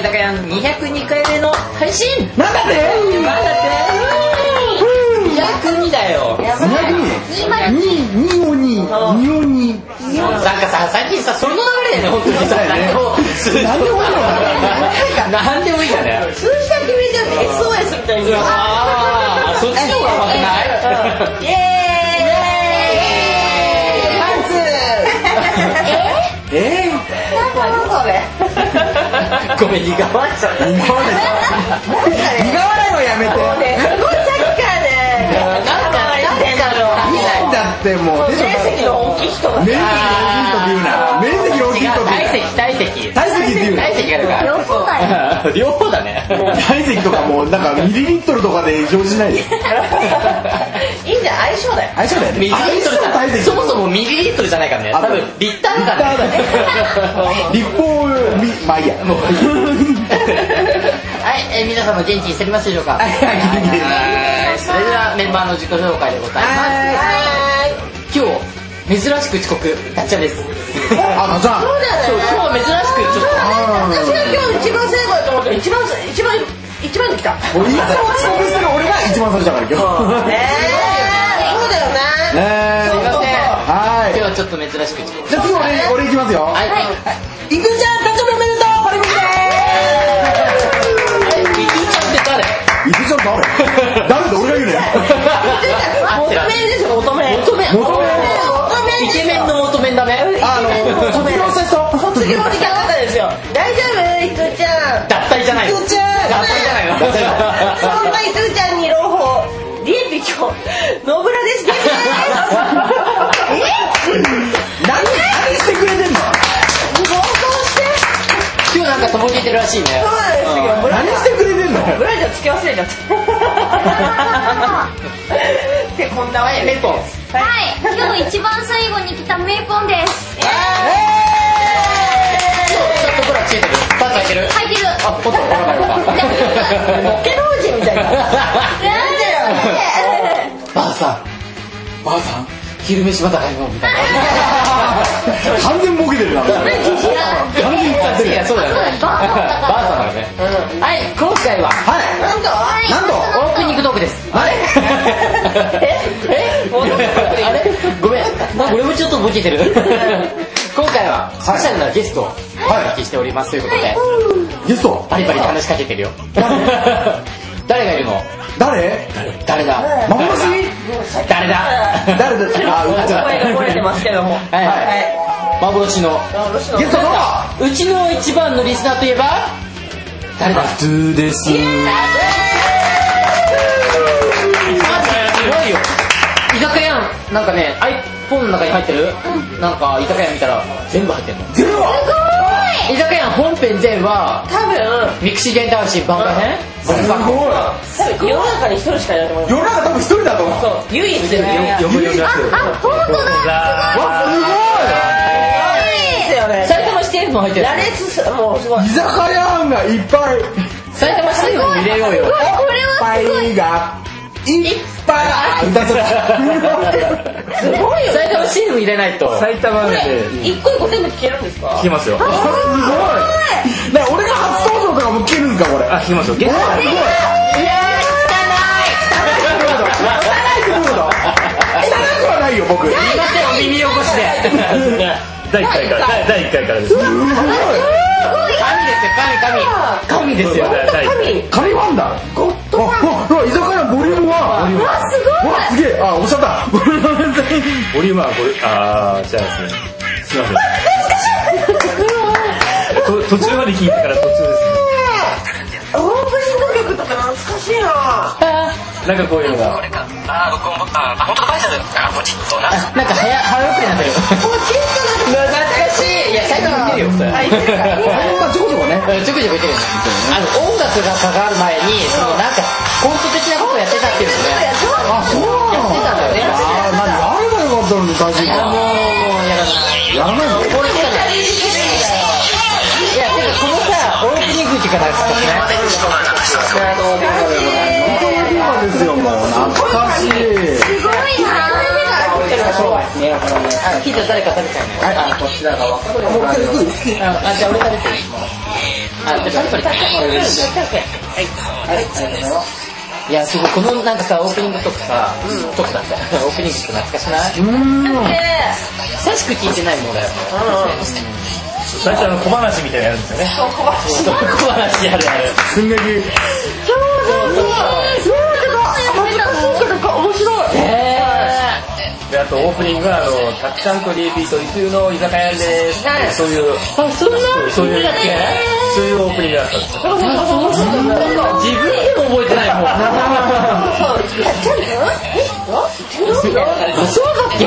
居酒屋202回目の配信。 なんだって 202だよ。 202 なんかさ、最近さ、その流れだよね、本当にさ。なんでもいいんだね。 数字だけ見てると SOS みたいに。 ああ、そっちの方が上手くない？ イエーイパンツごめん、苦笑っちゃった。 苦笑いはやめて。 すごいさっきからね、なんだってもう面積の大きい人が面積の大きい人って言うな。面積の大きい人って体積っていうがるから。 両方だよ。 両方だね。 体積とかもうなんかミリリットルとかで表示しないで。 いいんじゃん、相性だよ。 相性だよね。 ミリリットル体積そもそもミリリットルじゃないからね。多分リッターだからね。 立方まあいいや。 はい、皆様元気にしておりますでしょうか。それではメンバーの自己紹介でございます。今日珍しく遅刻、たっちゃんです。 あ、たっちゃん。 そうだよね。 今日は珍しくちょっと。 私が今日一番最後だと思って一番できた。 俺いつも遅刻する俺が一番最初だから今日。 そうだよね。 すいません。 はい。 今日はちょっと珍しく遅刻。 じゃあ次俺行きますよ。 はい。 いくちゃん、誕生日おめでとう。パリコリいくちゃんって誰？ いくちゃん誰って俺が言うね。 元麺ですよ、元麺。 イケメンの元麺だね。 卒業した人。 卒業時間方ですよ。大丈夫、いくちゃん。 脱退じゃない。 いくちゃん。 脱退じゃないの。 そんないくちゃんに朗報。リエピ今日ノブラです。 何してくれてんの？ 今日なんかとぼけてるらしいね。 そうですよ。 何してくれてんの？ ブラジャーつけ忘れちゃった。ってこんなわけメイポン。 はい、今日一番最後に来たメイポンです。 ちょっとほらついてる。パンツ履いてる？ 履いてる。 あ、ほんと。 ボケ老人みたいな。なんだよ。 ばあさん、昼飯また買い物みたいな。 完全ボケてるな。完全に使ってる。 いや、そうだよね。ばあさんだよね。はい、今回はなんとオープニングトークです。あれごめん、俺もちょっとボケてる。今回はスペシャルなゲストをお招きしておりますということで、 ゲストバリバリ話しかけてるよ。誰がいるの？ 誰だ？ 幻？ 誰だ？ 誰だ？ 声が漏れてますけども。 はい。幻のゲストのうちの一番のリスナーといえば誰だ？ トゥーです。 すごいよ。居酒屋なんかね、iPhone の中に入ってるなんか居酒屋見たら全部入ってんの。 全部。 居酒屋本編全は多分ミクシーゲンタウシー番外編。 すごい。 世の中に一人しかいないと思う。 世の中多分一人だと思う。 そう、唯一だよね。 あ、本当だ。 埼玉市政府も入ってる。 羅列もうすごい。 居酒屋がいっぱい。 埼玉市政府も入れようよ。 これはすごい。 いっぱい。歌っちゃった。 すごいよ。 埼玉市政府入れないと。 埼玉で一個一個全部聞けるんですか？ 聞きますよ。 すごい。だから俺が初登場とかも聞けるんですかこれ。 あ、聞きますよ。ゲストすごい。汚いくはないよ僕。 すいません、お耳汚しで。 第1回からです。 神ですよ、神。 神ファンだ。 ゴッドファン。 居酒屋ボリューム1。 すごい。 わすげえ。あ、おっしゃった。 ボリュームはこれ、じゃあですね。すいません。途中まで聞いてから途中ですね。 オープニング曲とか懐かしいな。 なんかこういうのが。 なんか早送りになってる。懐かしい。いや、最近言ってるよ、それ。 まあちょこちょこね。 ちょくちょく言ってるよ。音楽がかかる前に、なんかコント的なことをやってたっていうのね。 あ、そうなの。 やってたんだよね。 あ、何あれがよかったのに最初もうやらない。 やらないの。 これしかない。いや、てかこのさ、オープニングっていうかなんかね。 ですよもう懐かしい。 すごいな。 ピザ誰か食べたいね。 はい、こちらが分かるよ。 じゃあ俺食べて。 パリパリ。いや、すごい、このなんかさ、オープニングとかさ、とかだった。オープニングって懐かしない？久しく聞いてないもんだよ。 最初小話みたいなやるんですよね。 小話やる。 寸劇。 面白い。 で、あとオープニングはたっちゃんとリーピーと伊豆の居酒屋です。そういうオープニングだったんですよ。 自分でも覚えてないもん。そうだっけ？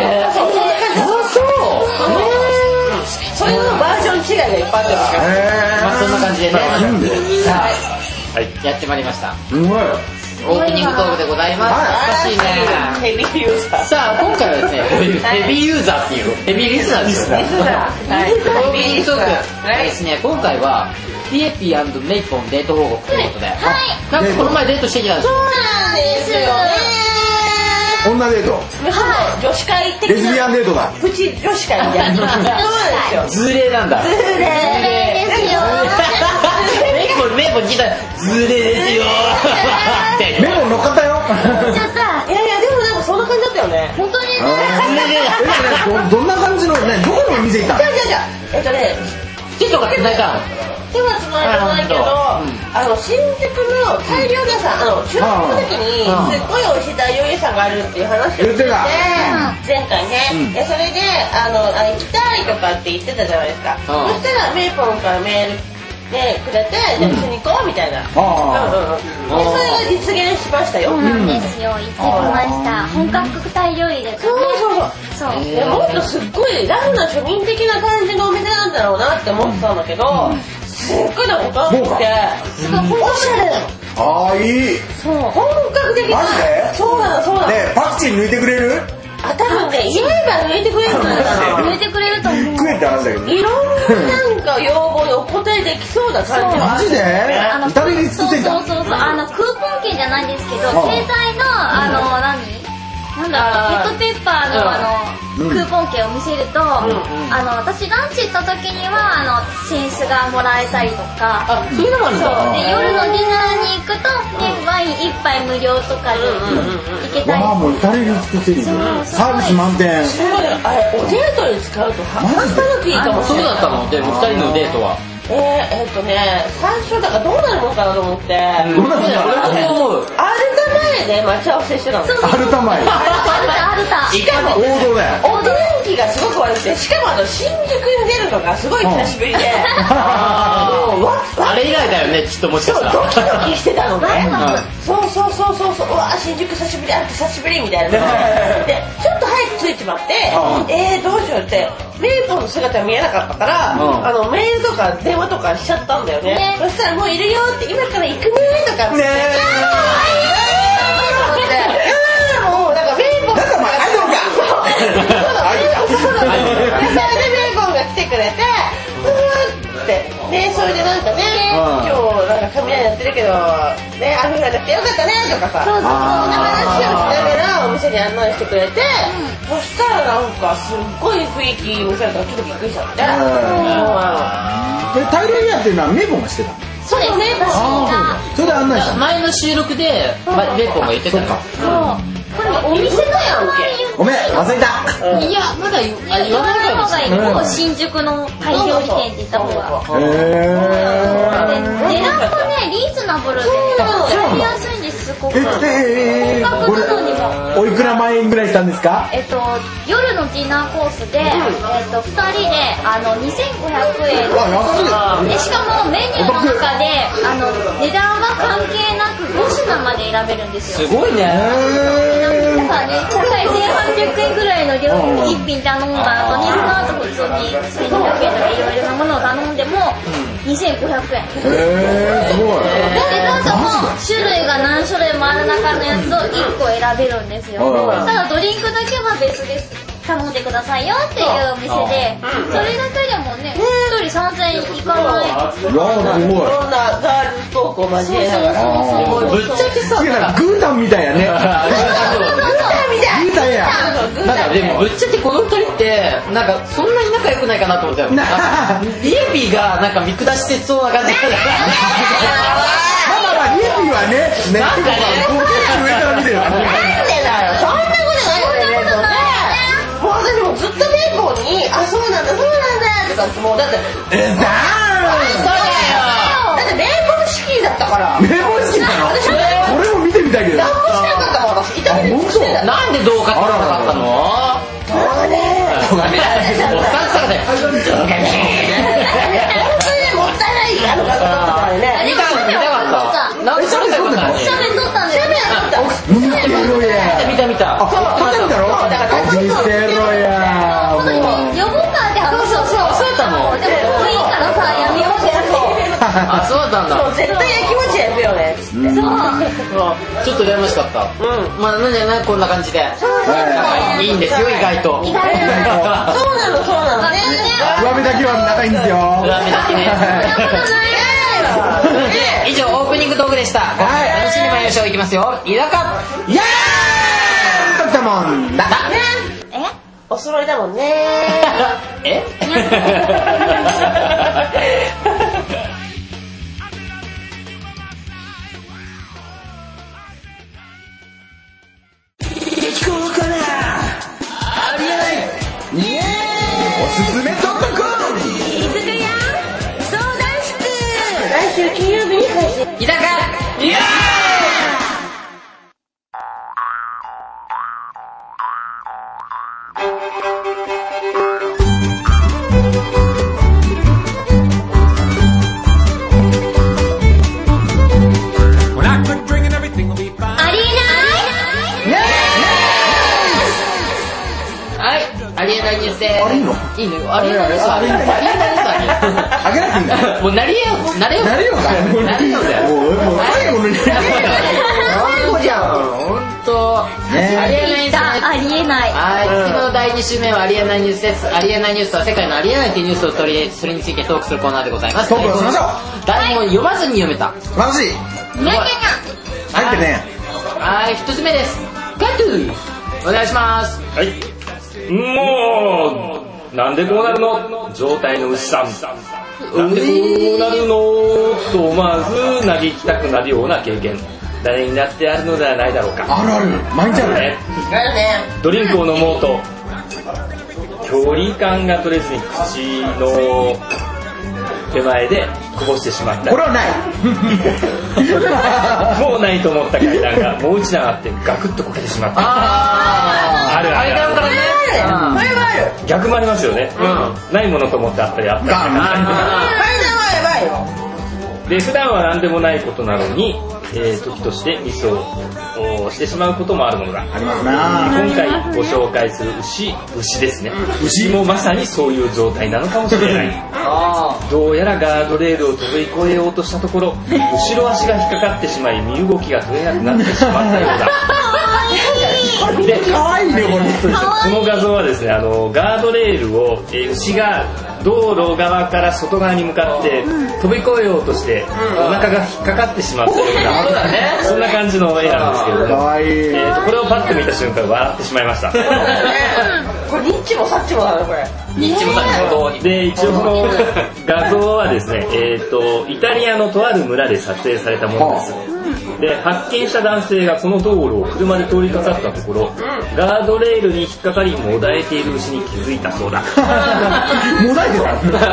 それのバージョン違いがいっぱいあるんですよ。 まあそんな感じでね。さあ、 はい。 やってまいりました。 すごい。 オープニングトークでございます。懐かしいね。 ヘビーユーザー。 さあ、今回はですね、こういうヘビーユーザーっていう、ヘビーリスナーですよね。オープニングトークですね、今回は、ピエピー&メイポンデート報告ということで、なんかこの前デートしてきたんですよ。 そうなんですよね。 女デート。 女子会的な。 レズビアンデートだ。 プチ女子会みたいな。そうなんですよ。 ズレなんだ。 ズレですよ。 メイポン聞いたら、ズレですよ。 メモ乗っかったよ。 ちょっと、 いやいや、でもなんかそんな感じだったよね。 本当にどんな感じのね、どこのお店行ったの？ じゃ手とか繋いだの？ 手は繋いでないけど、新宿のタイ料理屋さん、中学の時にすっごい美味しいタイ料理屋さんがあるっていう話をしてて、前回ね、それで行きたいとかって言ってたじゃないですか。そしたらメイポンからメールでくれて、じゃあ一緒に行こうみたいな。それが実現しましたよ。 そうなんですよ。行ってきました。本格タイ料理ですね。そう。 もっとすっごいラフな庶民的な感じのお店なんだろうなって思ってたんだけど、すっごいなんか楽しくて、すごいおしゃれなの。 ああ、いい。 そう、本格的な。 マジで？ そうなの。 ね、パクチー抜いてくれる？ 多分ね、言えば抜いてくれるんだよ。 抜いてくれると思う。 食えって話だけど。 いろんななんか要望にお答えできそうな感じ。 マジで？誰に作ってんだ？ そう。クーポン券じゃゃないんですけど、携帯のなんだろう、ペットペッパーのクーポン券を見せると、私ランチ行った時にはセンスがもらえたりとか、 そういうのもあるんだ。 で夜のディナーに行くと、ワイン1杯無料とかで行けたり。 わあ、もう至れり尽くせり。サービス満点。 あれおデートに使うと半端なくいいかもしれない。 そうだったの？で2人のデートは。 最初だからどうなるのかなと思って。 どうなるのかなと思う。 アルタ前で待ち合わせしてたの。 アルタ前。 アルタ。 しかも王道だよ。 お天気がすごく悪くて、しかも新宿に出るのがすごい久しぶりで。 あれ以来だよね、きっともしかしたら。 ドキドキしてたのね。そう。うわ新宿久しぶり、久しぶりみたいな。で、ちょっと早く着いてまって、どうしようって、メイポンの姿見えなかったから、メールとか電話とかしちゃったんだよね。そしたらもういるよって、今から行くねとかって。もうなんかメイポンが。 なんかアイドルか。 それでメイポンが来てくれて、それでなんかね、今日なんか雷やってるけど、雨がなくてよかったねとかさ、そんな話をしながらお店に案内してくれて、そしたらなんかすっごい雰囲気見せられたらちょっとびっくりしちゃって。 タイ料理屋っていうのはメイポンがしてたの？ そうですね。 それで案内したの？ 前の収録でメイポンが言ってたの。 これお店だやんけ。 ごめん、忘れた。 いや、まだ言わない方がいい。もう新宿のタイ料理店って言った方が。値段もね、リーズナブルでやりやすいんです、すごく。本格なのにも。 おいくら万円ぐらいしたんですか？ 夜のディナーコースで、2人で2500円。で、しかもメニューの中で、値段は関係なく5品まで選べるんですよ。 すごいね。 だからね、高い1800円ぐらいの料理1品頼んだ後に、その後普通に1200円とかいろいろなものを頼んでも2500円。 すごい。 で、なんかもう種類が何種類もある中のやつを1個選べるんですよ。ただドリンクだけは別です。頼んでくださいよっていうお店で、それだけでもね、1人3000円いかない。 いや、すごい。いろんなガールトークを交えながら。 ぶっちゃけさ、 グータンみたいやね。 グータンみたい。 グータンや。 なんかでもぶっちゃけこの2人っってなんかそんなに仲良くないかなと思ったよ。リエピーがなんか見下してそうな感じだから。 リエピーはね、 なんかね、 上から見てるから。 なんでだよ、そんなことないよ。もう私もずっとメイコに「あ、そうなんだそうなんだ」とかもうだってそうだよ。 だってメイコン式だったから。 メイコン式なの？ 私俺も見てみたいけど。 何もしなかったもん、私。痛みでしてた。 なんで動画撮らなかったの？ 動画ね。 動画ね。おっさんさで。 本当にもったいない画像だったからね。 見たかった。なんでそれだよ。 写メ撮ったんだよ。 見た。 撮ってみたろ？見せろや。 呼ぼうかって話をそうやったの？ でももういいからさ、やめようって。 あ、そうだったんだ。 もう絶対やきもち焼くよね。 ちょっと羨ましかった。まあなんでね、こんな感じで。いいんですよ、意外と。 そうなのね。 上目だけは仲いいんですよ。 上目だけね。以上オープニングトークでした。楽しんでまいりましょう。いきますよ。居酒屋。 いやーだもんだ。 お揃いだもんね。 え？ おすすめドットコム。 居酒屋相談室。来週金曜日に配信。 居酒屋。いやありえないニュースです。 あれいいの？ いいのよ。ありえないニュースはありえないニュース。 あげなくていいんだ。 もうなれようだよ。 もう最後のに。 最後じゃん。本当。ありえないニュース。 ありえない。 はい、次の第2週目はありえないニュースです。ありえないニュースは世界のありえないというニュースを取り入れ、それについてトークするコーナーでございます。 トークをしましょう。 台本読まずに読めた。 素晴らしい。入ってね。 はい、一つ目です。ガトゥーお願いします。 はい。もうなんでこうなるの状態の牛さん。なんでこうなるのと思わず嘆きたくなるような経験。誰になってあるのではないだろうか。 あるある。毎日あるね。 ドリンクを飲もうと距離感が取れずに口の手前でこぼしてしまった。 これはない。 もうないと思った階段がもう一段あってガクッとこけてしまった。あるある。 階段からね。 逆もありますよね。ないものと思ってあったりあったり。 階段はやばいよ。 で普段は何でもないことなのに、時としてミスをしてしまうこともあるものだ。 ありますな。 今回ご紹介する牛ですね。牛もまさにそういう状態なのかもしれない。どうやらガードレールを飛び越えようとしたところ、後ろ足が引っかかってしまい身動きが取れなくなってしまったようだ。で可愛いねこれ。 この画像はですね、ガードレールを、牛が道路側から外側に向かって飛び越えようとしてお腹が引っかかってしまったような、そんな感じの絵なんですけれども、 可愛い。 これをパッと見た瞬間笑ってしまいました。 これニッチもサッチもだねこれ。 ニッチもサッチも通り。 で一応その画像はですね、イタリアのとある村で撮影されたものです。で発見した男性がこの道路を車で通りかかったところ、ガードレールに引っかかりもだえている牛に気づいたそうだ。 もだえてた。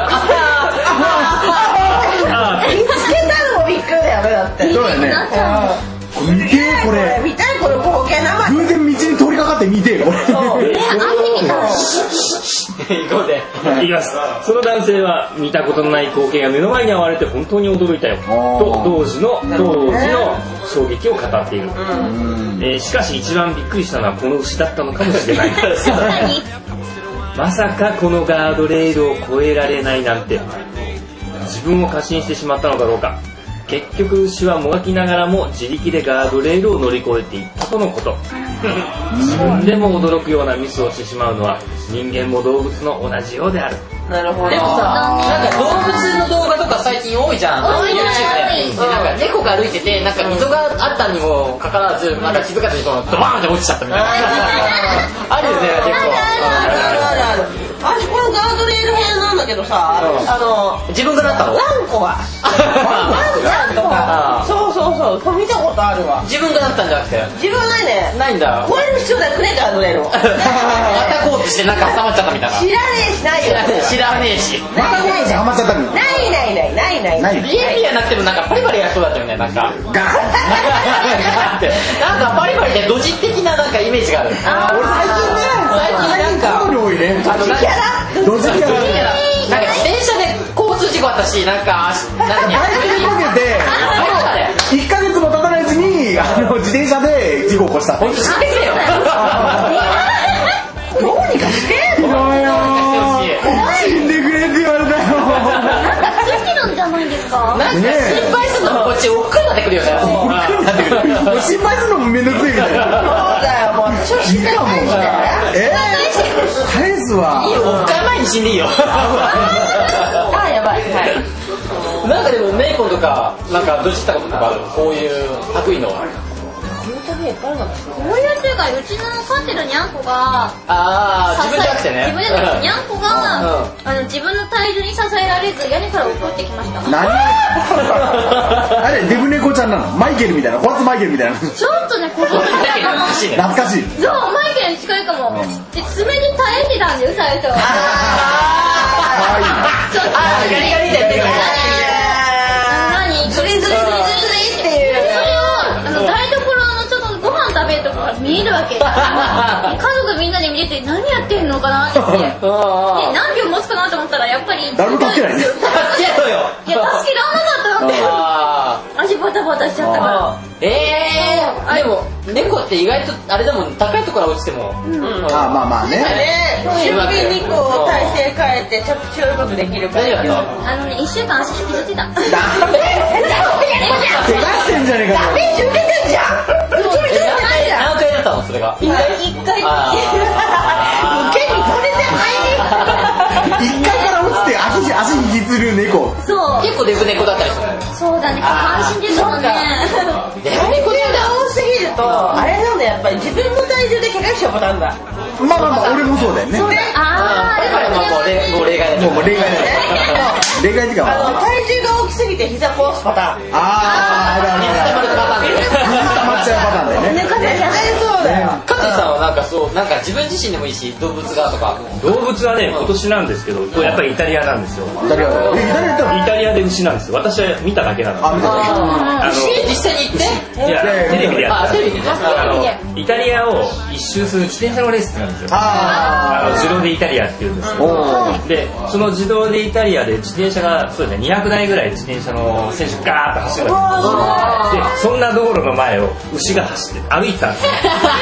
見つけたのもびっくりだよねだって。 そうだよね。見てこれ。 見たいこの光景生。 偶然道に通りかかって見てこれ。 行こうぜ。行きます。その男性は見たことのない光景が目の前に現れて本当に驚いたよと当時の衝撃を語っている。しかし一番びっくりしたのはこの牛だったのかもしれない。まさかこのガードレールを越えられないなんて、自分を過信してしまったのだろうか。結局牛はもがきながらも自力でガードレールを乗り越えていったとのこと。自分でも驚くようなミスをしてしまうのは人間も動物の同じようである。 なるほど。 でもさ、なんか動物の動画とか最近多いじゃん。 多いね YouTube で。なんか猫が歩いてて、なんか溝があったにもかかわらず、なんか気づかずにドバーンって落ちちゃったみたいな。あるよね、結構。 これ見たことあるわ。 自分がなったんじゃなくて。 自分はないね。 ないんだ。 超える必要ないくねえから乗れるの。 またコートしてなんか挟まっちゃったみたいな。 知らねえしないよ。 知らねえし。 またコートしてハマっちゃったみたいな。 ない。 ビエビやなくてもなんかパリパリやそうだったよね、なんか。 ガーなんかパリパリでドジ的ななんかイメージがある。 俺最近なんか好み多いね。 ドジキャラドジキャラ。 なんか自転車で交通事故あったし、なんかバイクにかけて1ヶ月も経たないうちに自転車で事故起こした。 本当してくれよ。 どうにかして死んでくれって言われたよ。 好きなんじゃないですか。 なんか心配するのもこっち億劫になってくるよね。 心配するのもめんどくせえみたいな。 そうだよ、もう私は知ってないしね。 返すわ。 いいよ、5回前に死んでいいよ。 あ、やばい。はい。 なんかでもメイコンとかなんかどっちったこととかある？こういう悪意の。 この旅いっぱいあるんだ。 こういうっていうか、うちの飼ってるにゃんこが自分じゃなくてね。 自分じゃなくてにゃんこが自分の体重に支えられず屋根から落っこってきました。 何？あれデブ猫ちゃんなの？マイケルみたいな。ホワッツマイケルみたいな。 ちょっとね、子供みたいなの。 懐かしい。 そう、マイケルに近いかも。で、爪に耐えてたんだよ、最初。 ガリガリでやってる。 何？ズリズリズリズリっていう。それを台所のちょっとご飯食べるとこが見えるわけ。家族みんなで見てて何やってんのかなって言って。で、何秒持つかなと思ったらやっぱり。 誰も助けないね。 助けろよ。 いや、助けらんなかったって。足バタバタしちゃったから。 でも猫って意外とあれだもん、高いところから落ちても。 まあね。 出品にこう体勢変えて着地をうまくできるから。 大丈夫だった？ 1週間足引きずってた。 怪我してんじゃねえか。 準備てんじゃん。 何回だったのそれが？ 1回。受けにこれで 1階から落ちて足引きずる猫。 そう。 結構デブ猫だったりする。 そうだね。関心ですもんね。 デブ猫が多すぎるとあれなんだ、やっぱり自分の体重で怪我しちゃうパターンだ。 まあ俺もそうだよね。 だからもう例外だね。 もう例外だね。例外っていうか体重が大きすぎて膝壊すパターン。 水溜まるパターンで。 水溜まっちゃうパターンだよね。 絶対そうだよ。 カズさんはなんか自分自身でもいいし、動物がとか。 動物はね、今年なんですけど、やっぱりイタリアなんですよ。 イタリアで牛なんですよ。私は見ただけなの。 実際に行って？ いや、テレビでやった。 テレビでね。 イタリアを一周する自転車のレースなんですよ。自動でイタリアっていうんですけど。で、その自動でイタリアで自転車がそうですね、200台ぐらい自転車の選手がガーッと走るわけです。で、そんな道路の前を牛が走って歩いてたんですよ。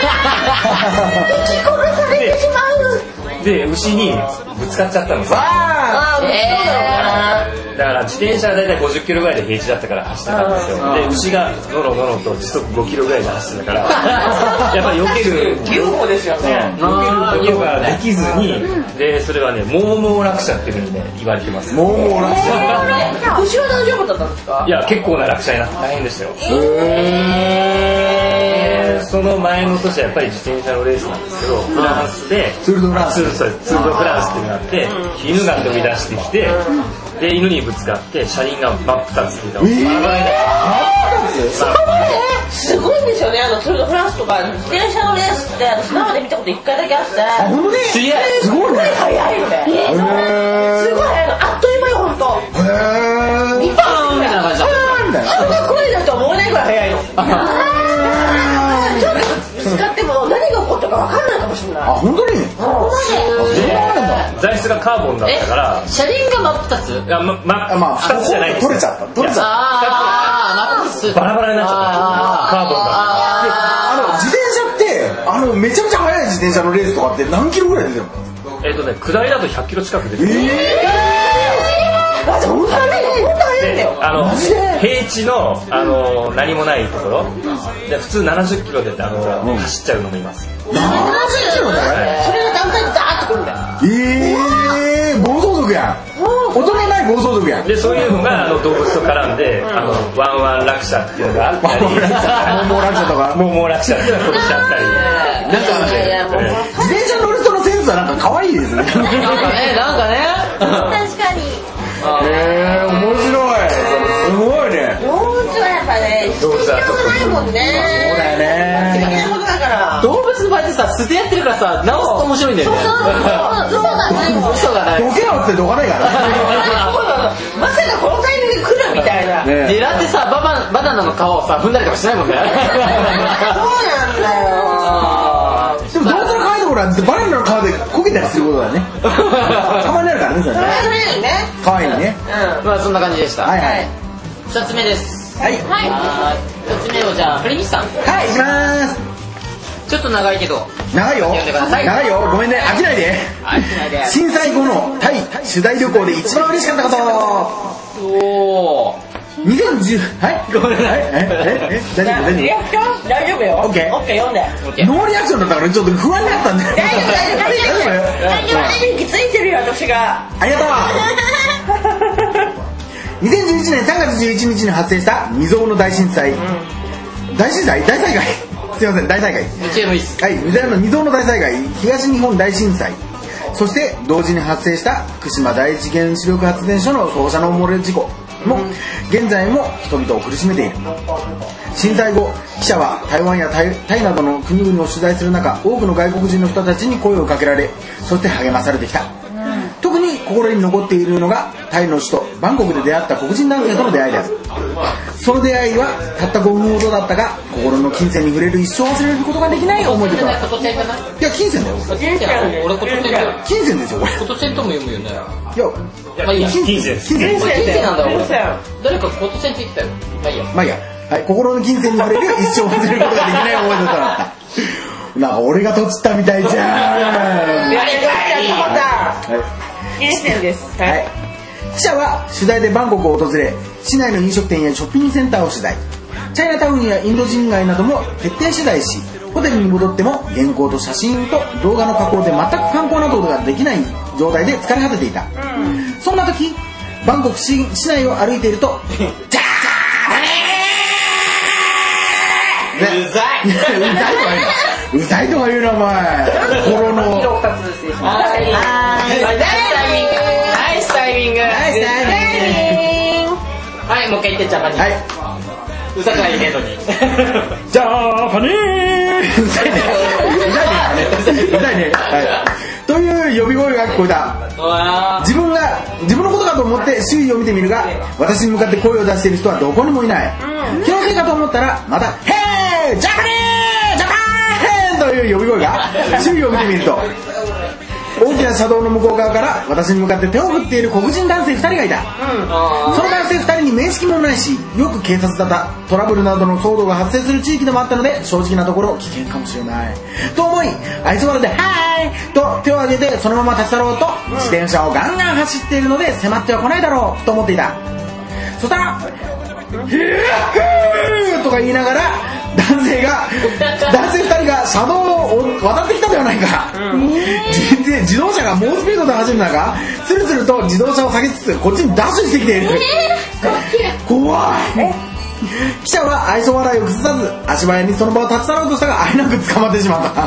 で、牛にぶつかっちゃったんですよ。だから自転車がだいたい50キロぐらいで平地だったから走ってたんですよ。で、牛がノロノロと時速5キロぐらいで走ってたから、やっぱり避ける UFOですよね。 避けることができずに、で、それはね、盲毛落車っていうふうにね、言われてます。 盲毛落車。 牛は大丈夫だったんですか？ いや、結構な落車になって大変でしたよ。その前の年はやっぱり自転車のレースなんですけど、フランスでツールドフランスツールドフランスっていうのがあって、犬が飛び出してきて、で犬にぶつかって車輪が真っ二つっていうのをバラバラになって、 すごいんですよね、ツールドフランスとか自転車のレースって生で見たこと1回だけあって、 本当にすごい速いよね。すごい速いの、あっという間よ本当。 ビパーンみたいな感じだ。 あんな声だと思えないぐらい速いの。ちょっとぶつかっても何が起こったか分かんないかもしれない。 本当に？ 材質がカーボンだったから、 車輪が真っ二つ？ いや、2つじゃないです。 取れちゃった。 真っ二つ。 バラバラになっちゃった。カーボンだ。 自転車ってめちゃめちゃ速い自転車のレースとかって何キロぐらい出てるの？ 下りだと100キロ近く出てる。 そんなに平地の何もないところで普通70キロで走っちゃうのもいます。 70キロだよ。それが団体でダーッとくるんだよ。 暴走族やん。大人ない暴走族やん。 でそういうのが動物と絡んでワンワン落車っていうのがあったり、 モー落車とかモー落車っていうのが殺しちゃったり。 自転車乗る人のセンスはなんか可愛いですね。 なんかね。 確かに。 面白い。すごいね。 動物はやっぱね、 動物ははちょっとないもんね。 そうだよね。 的なことだから。 動物の場合ってさ、素でやってるからさ、なおすと面白いんだよね。 嘘がないもん。 嘘がない。 どけよってどかないからまさかこのタイミングで来るみたいな。 狙ってさ、バナナの皮をさ、踏んだりとかしないもんね。 そうなんだよ。 でも動物の可愛いところはバナナの皮で焦げたりすることだね。たまにあるからね、それね。可愛いね。 まあそんな感じでした。 はいはい。 2つ目です。 はい。 2つ目をじゃあ、堀西さん。 はい、行きまーす。 ちょっと長いけど。 長いよ。長いよ。ごめんね、飽きないで。震災後のタイ取材旅行で一番嬉しかったこと。 おー。 2010、はい、ごめんなさい。大丈夫リアクション大丈夫よ。 オッケー。 オッケー、読んで。 ノーリアクションだったからちょっと不安になったんだよ。 大丈夫。電気ついてるよ、私が。 ありがとう。2011年3月11日に発生した未曾有の大震災。大災害すいません、大災害。はい、未曾有の大災害、東日本大震災。そして同時に発生した福島第一原子力発電所の放射能漏れ事故も現在も人々を苦しめている。震災後、記者は台湾やタイなどの国々を取材する中、多くの外国人の人たちに声をかけられ、そして励まされてきた。特に心に残っているのがタイの首都バンコクで出会った黒人男性との出会いである。その出会いはたった5分ほどだったが、心の金銭に触れる一生忘れることができない思い出となった。いや、金銭だよ。 俺ことせんだよ。 金銭ですよ、これ。 ことせんとも読むよね。 いや、 まあいいや。 金銭なんだ、俺。誰かことせんって言ってたよ。まあいいや。 はい、心の金銭に触れる一生忘れることができない思い出となった。なんか俺がとちったみたいじゃん。 金銭です。 はい。記者は取材でバンコクを訪れ、市内の飲食店やショッピングセンターを取材。チャイナタウンやインド人街なども徹底取材し、ホテルに戻っても原稿と写真と動画の加工で全く観光などができない状態で疲れ果てていた。そんな時、バンコク市内を歩いていると、うざいとか言うな、お前。心の。 ナイスタイミング。はい、もう一回言って、ジャパニー。はい。うざくないねのに。 ジャパニー。うざいね。はい。という呼び声が聞こえた。自分のことかと思って周囲を見てみるが、私に向かって声を出している人はどこにもいない。気のせいかと思ったら、また、ヘージャパニージャパンという呼び声が周囲を見てみると、大きな車道の向こう側から私に向かって手を振っている黒人男性2人がいた。その男性2人に面識もないし、よく警察沙汰、トラブルなどの騒動が発生する地域でもあったので、正直なところ危険かもしれないと思い、愛想笑いでハーイと手を挙げてそのまま立ち去ろうと自転車をガンガン走っているので迫っては来ないだろうと思っていた。そしたらヒューとか言いながら男性2人が車道を渡ってきたではないか。自動車が猛スピードで走る中、スルスルと自動車を下げつつこっちにダッシュしてきている。怖い。記者は愛想笑いを崩さず足早にその場を立ち去ろうとしたが、あえなく捕まってしまった。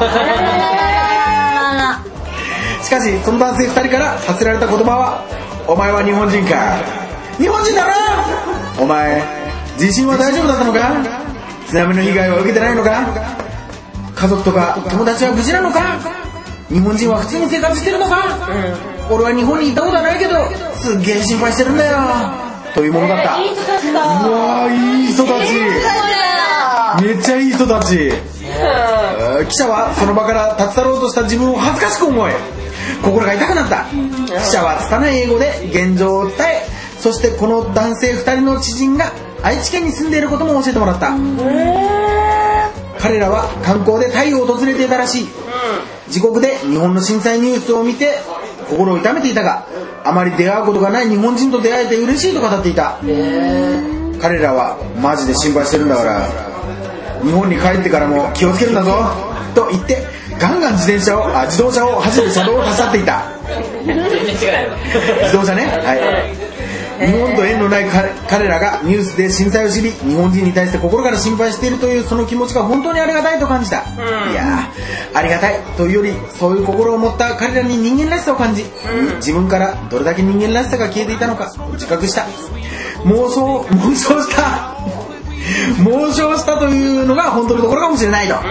しかしその男性2人から発せられた言葉は、お前は日本人か。日本人だな。お前地震は大丈夫だったのか。津波の被害は受けてないのか。家族とか友達は無事なのか。日本人は普通に生活してるのか。俺は日本に行ったことはないけどすっげえ心配してるんだよというものだった。うわー、いい人たち。めっちゃいい人たち。記者はその場から立ち去ろうとした自分を恥ずかしく思い、心が痛くなった。記者は拙い英語で現状を伝え、そしてこの男性2人の知人が愛知県に住んでいることも教えてもらった。彼らは観光でタイを訪れていたらしい。自国で日本の震災ニュースを見て心を痛めていたが、あまり出会うことがない日本人と出会えて嬉しいと語っていた。彼らはマジで心配してるんだから、日本に帰ってからも気をつけるんだぞと言ってガンガン自動車を走る車道を立ち去っていた。自動車ね、はい。日本と縁のない彼らがニュースで震災を知り、日本人に対して心から心配しているというその気持ちが本当にありがたいと感じた。いやありがたいというより、そういう心を持った彼らに人間らしさを感じ、自分からどれだけ人間らしさが消えていたのか自覚した。妄想した猛省したというのが本当のところかもしれないと。はい。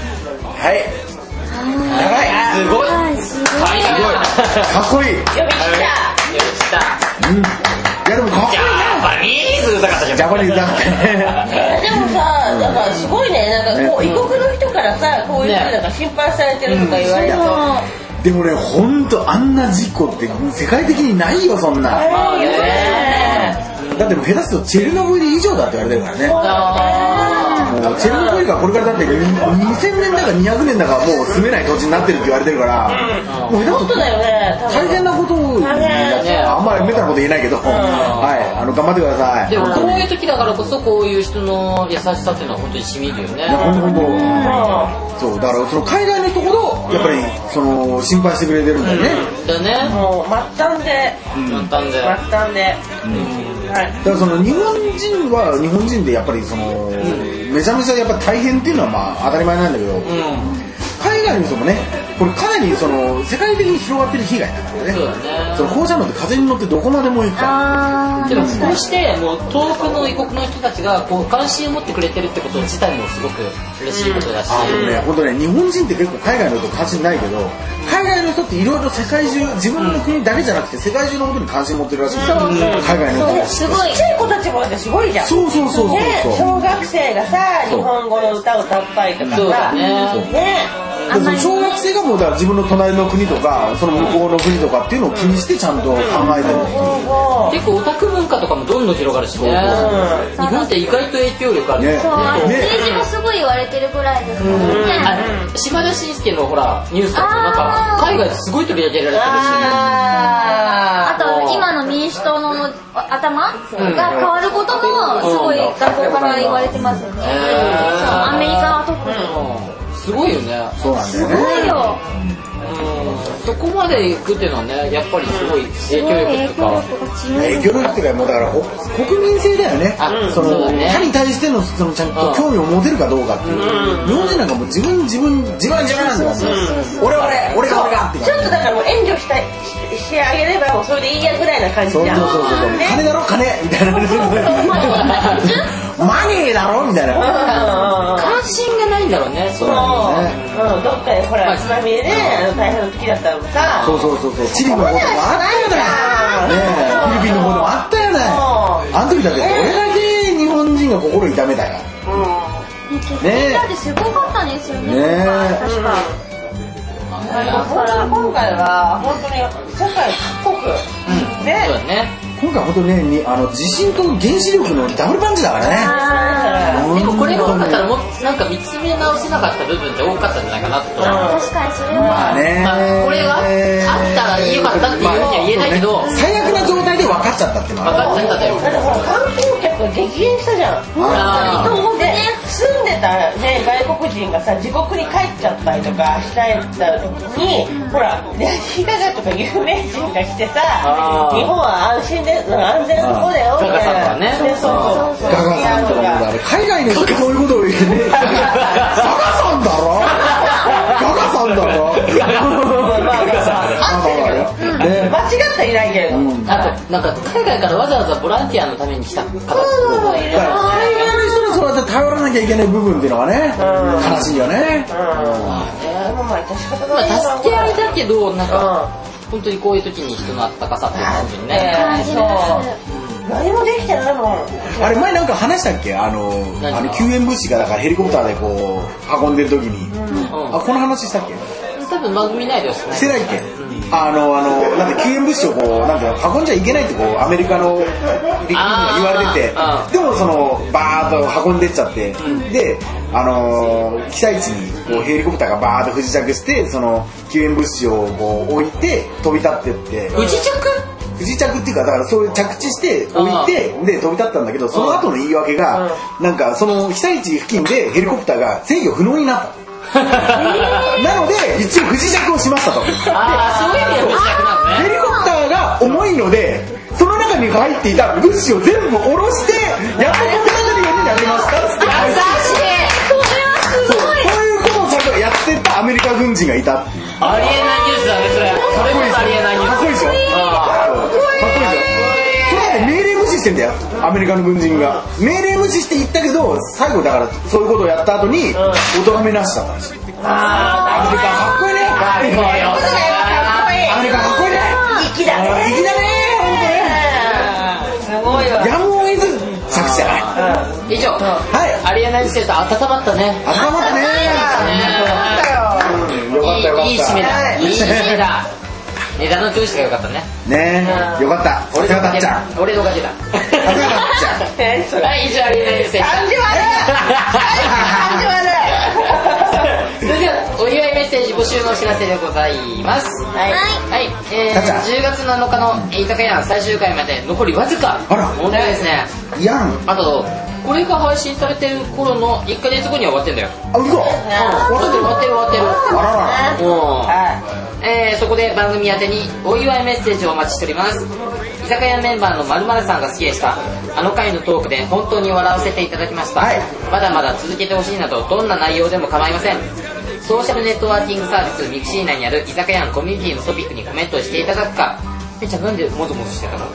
やばい。 すごい。 かっこいい。 呼びした。 いやでもかっこいい。 ジャパニーズうざかったじゃん。 ジャパニーズだったね。 でもさ、なんかすごいね、なんかこう異国の人からさ、こういう風なんか心配されてるとか言われると。 でもね、ほんとあんな事故って世界的にないよ、そんな。だって下手するとチェルノブイリ以上だって言われてるからね。チェルノブイリがこれからだって2000年だか200年だかもう住めない土地になってるって言われてるから、もう本当だよね。 大変なことをあんまりメタなこと言えないけど、はい、頑張ってください。 でもこういう時だからこそこういう人の優しさっていうのは本当に染みるよね。 本当。そうだからその海外の人ほどやっぱりその心配してくれてるんだよね。 だね。 もう末端で。だからその日本人は日本人でやっぱりそのめちゃめちゃやっぱ大変っていうのはまあ当たり前なんだけど、海外の人もねこれかなりその世界的に広がってる被害だからね。 そうだね。 その放射能って風に乗ってどこまでも行くから。 でもこうしてもう遠くの異国の人たちがこう関心を持ってくれてるってこと自体もすごく嬉しいことだし。 本当ね日本人って結構海外の人関心ないけど海外の人っていろいろ世界中自分の国だけじゃなくて世界中のことに関心持ってるらしい。海外の人すごい。ちっちゃい子たちもすごいじゃん。 そう。 小学生がさ日本語の歌を歌ったりとかさ。 そうだね。 小学生がもうだから自分の隣の国とかその向こうの国とかっていうのを気にしてちゃんと考えてる。 結構オタク文化とかもどんどん広がるしね。日本って意外と影響力ある。 政治もすごい言われてるぐらいですもんね。 島田紳介のほらニュースとかなんか海外ですごい取り上げられてるしね。 あと今の民主党の頭が変わることもすごい学校から言われてますよね。アメリカは特に。 すごいよね。 そうなんだよね。 すごいよ。 そこまで行くっていうのはね、やっぱりすごい影響力とか影響力っていうかもうだから国民性だよね。その他に対してのそのちゃんと興味を持てるかどうかっていう。日本人なんかもう自分なんだよ。俺がって。 ちょっとだからもう援助してあげればもうそれでいいやぐらいな感じじゃん。 そう金だろ金みたいな。マネーだろみたいな。 関心がないんだろうね。 そうどっかでほら津波でね大変な時だったのさ。 そうチリの方でもあったよね。フィリピンの方でもあったよね。あの時だってどれだけ日本人が心痛めたよ。 ねだってすごかったんですよね。確か。 今回は本当に世界各国ね。 今回本当にね地震と原子力のダブルパンチだからね。でもこれが多かったらもうなんか見つめ直せなかった部分って多かったんじゃないかなと。 確かにそれは。 これがあったらよかったっていうふうには言えないけど、 最悪な状態で分かっちゃったっていうのは。 分かっちゃったよ。 だってほら観光客が激減したじゃん。で住んでたね外国人がさ自国に帰っちゃったりとかした時にほらレディー・ガガとか有名人が来てさ日本は安心で安全なとこだよみたいな。 ガガさんとかも海外の人ってそういうことを言うね。ガガさんだろ。 間違ったらいないけれど。 あとなんか海外からわざわざボランティアのために来た方。 海外の人がそうやって頼らなきゃいけない部分っていうのはね悲しいよね。 助け合いだけどなんか本当にこういう時に人の温かさっていう感じにね。 何もできてないもん。 あれ前なんか話したっけ救援物資がだからヘリコプターでこう運んでる時にこの話したっけ。 多分番組内ではしない。 してないっけ。なんか救援物資をこうなんていうの運んじゃいけないってこうアメリカの陸軍が言われてて、でもそのバーッと運んでっちゃって、で被災地にこうヘリコプターがバーッと不時着してその救援物資をこう置いて飛び立ってって。 不時着っていうかだからそういう着地して置いてで飛び立ったんだけど、その後の言い訳がなんかその被災地付近でヘリコプターが制御不能になった。なので一応不時着をしましたと。 そういう意味で不時着なのね。 ヘリコプターが重いのでその中に入っていた物資を全部下ろしてやっとこの中にやりましたっつって。そういうことをちゃんとやってたアメリカ軍人がいたっていう。 ありえないニュースだねそれ。それこそありえないニュース。 かっこいいでしょ。かっこいいでしょ。それだって命令無視してしてんだよ、アメリカの軍人が命令無視して言ったけど、最後だからそういうことをやった後にお咎めなしだったんですよ。アメリカかっこいいね。アメリカかっこいいね。 粋だね。 粋だね。 すごいわ。 やむを得ず作詞じゃない。 以上、アリアナイズセーター温まったね。 温まったね。よかったよかった。 いい締めだ。いい締めだ。値段の調子が良かったね。 ねえ、よかった。俺のおかげだ。 俺のおかげだ。はい、以上アリアナイズセーター。 感じ悪い。 それではお祝いメッセージ募集のお知らせでございます。はい、10月7日の居酒屋最終回まで残りわずか。本当ですね。あとこれが配信されてる頃の1ヶ月後には終わってんだよ。 あ、嘘。 終わってる。あらら。そこで番組宛てにお祝いメッセージをお待ちしております。居酒屋メンバーの〇〇さんが好きでした。あの回のトークで本当に笑わせていただきました。まだまだ続けてほしいなどどんな内容でも構いません。ソーシャルネットワーキングサービスミクシー内にある居酒屋のコミュニティのトピックにコメントしていただくか。ちゃんなんでもぞもぞしてたの？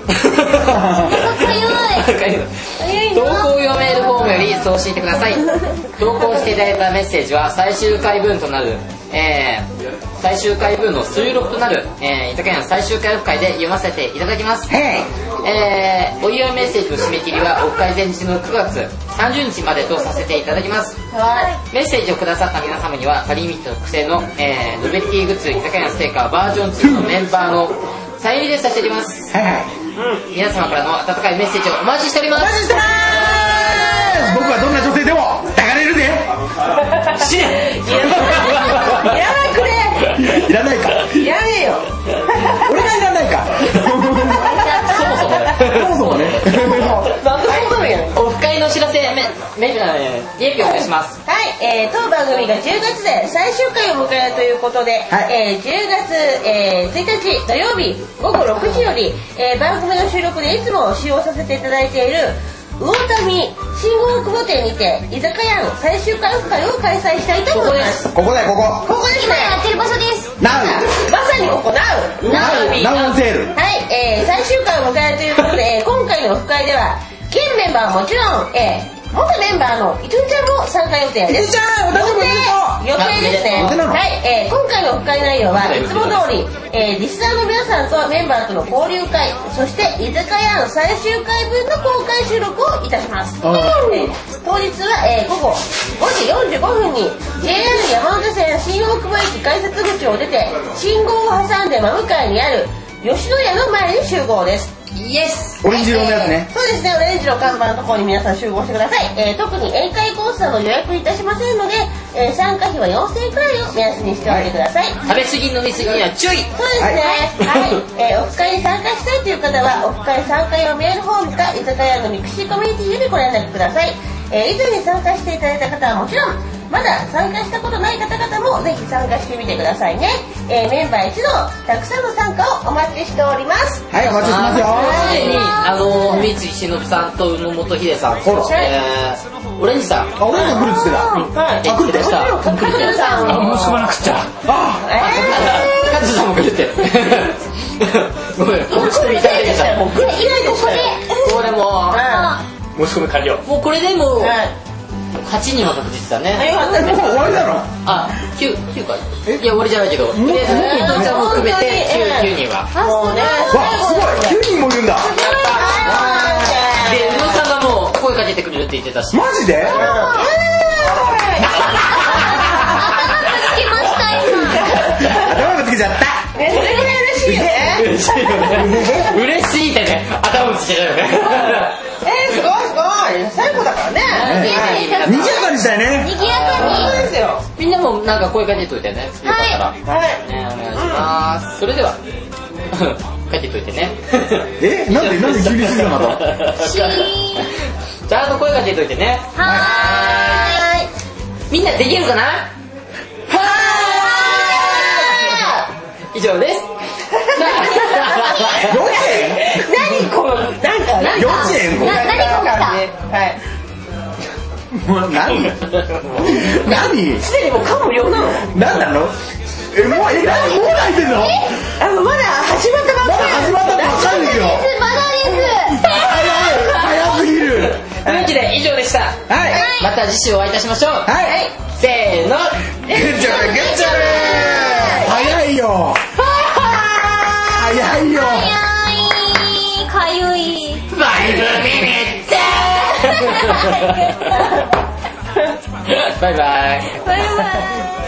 投稿用メールフォームより送信してください。投稿していただいたメッセージは最終回分となる、最終回分の収録となる、居酒屋の最終回オフ会で読ませていただきます。お祝いメッセージの締め切りはオフ会前日の9月30日までとさせていただきます。メッセージをくださった皆様にはパリミット特製の、ノベルティグッズ居酒屋のステッカーバージョン2のメンバーのサイン入りでさせております。皆様からの温かいメッセージをお待ちしております。 僕はどんな女性でも抱かれるで。 死ね。 いらないか。 いらねえよ。 俺がいらないか。そもそもね。 オフ会のお知らせメールリエピお願いします。 はい、当番組が10月で最終回を迎えるということで、10月、1日土曜日午後6時より、番組の収録でいつも使用させていただいている魚民新大久保店にて居酒屋の最終回オフ会を開催したいと思います。 ここだよ、 ここですね。 今やってる場所です。 まさにここナウンセール。 はい、最終回を迎えるということで、今回のオフ会では現メンバーはもちろん、元メンバーの伊藤ちゃんも参加予定です。 伊藤ちゃん、私も予定ですね。はい、今回のオフ会内容はいつも通り、リスナーの皆さんとメンバーとの交流会、そして居酒屋の最終回分の公開収録をいたします。当日は、午後5時45分に JR 山手線新大久保駅改札口を出て信号を挟んで真向かいにある吉野家の前に集合です。 イエス。 オレンジ色のやつね。 そうですね、オレンジの看板のところに皆さん集合してください。特に宴会コースなど予約いたしませんので、参加費は4000円くらいを目安にしておいてください。 食べ過ぎ飲み過ぎには注意。 そうですね。オフ会に参加したいという方はオフ会参加用メールフォームか居酒屋のミクシーコミュニティよりご連絡ください。以前に参加していただいた方はもちろん、まだ参加したことない方々もぜひ参加してみてくださいね。メンバー一同たくさんの参加をお待ちしております。 はい、お待ちしてますよ。 すでに三井忍さんと宇野本秀さん、オレンジさん、 オレンジさん来るっつってた。来るってした。 カズルさん申し込まなくちゃ。 カズさんも来るって。ごめん、落ちてみたいでした。これも申し込み完了。 もうこれでも8人は確実だね。 もう終わりだろ。 9か。いや終わりじゃないけど、とりあえず伊藤ちゃんも含めて9人は。 もうね、 すごい、9人もいるんだ。 で宇野さんがもう声かけてくれるって言ってたし。 マジで？頭がつけちゃった。 嬉しいね。 嬉しいってね、頭つけちゃうよね。 すごい最後だからね。 賑やかにしたいね。 賑やかに。 ですよ。 みんなもなんか声かけといてね。よかったら。ね、お願いします。それではかけといてね。 なんで急にするのと。 ちゃんと声かけといてね。みんなできるかな？以上です。 何このなんか幼稚園？ 何これ？ はい。 もう何？ すでにもう噛むようなの。 何なの？もう泣いてんの？ まだ始まったばっかり。 まだ始まったばっかりですよ。 まだです。 というわけで以上でした。また次週お会いいたしましょう。せーの、 グッジョブグッジョブ。早いよ早いよかゆい。 5ミニッツバイバイ。 バイバイ。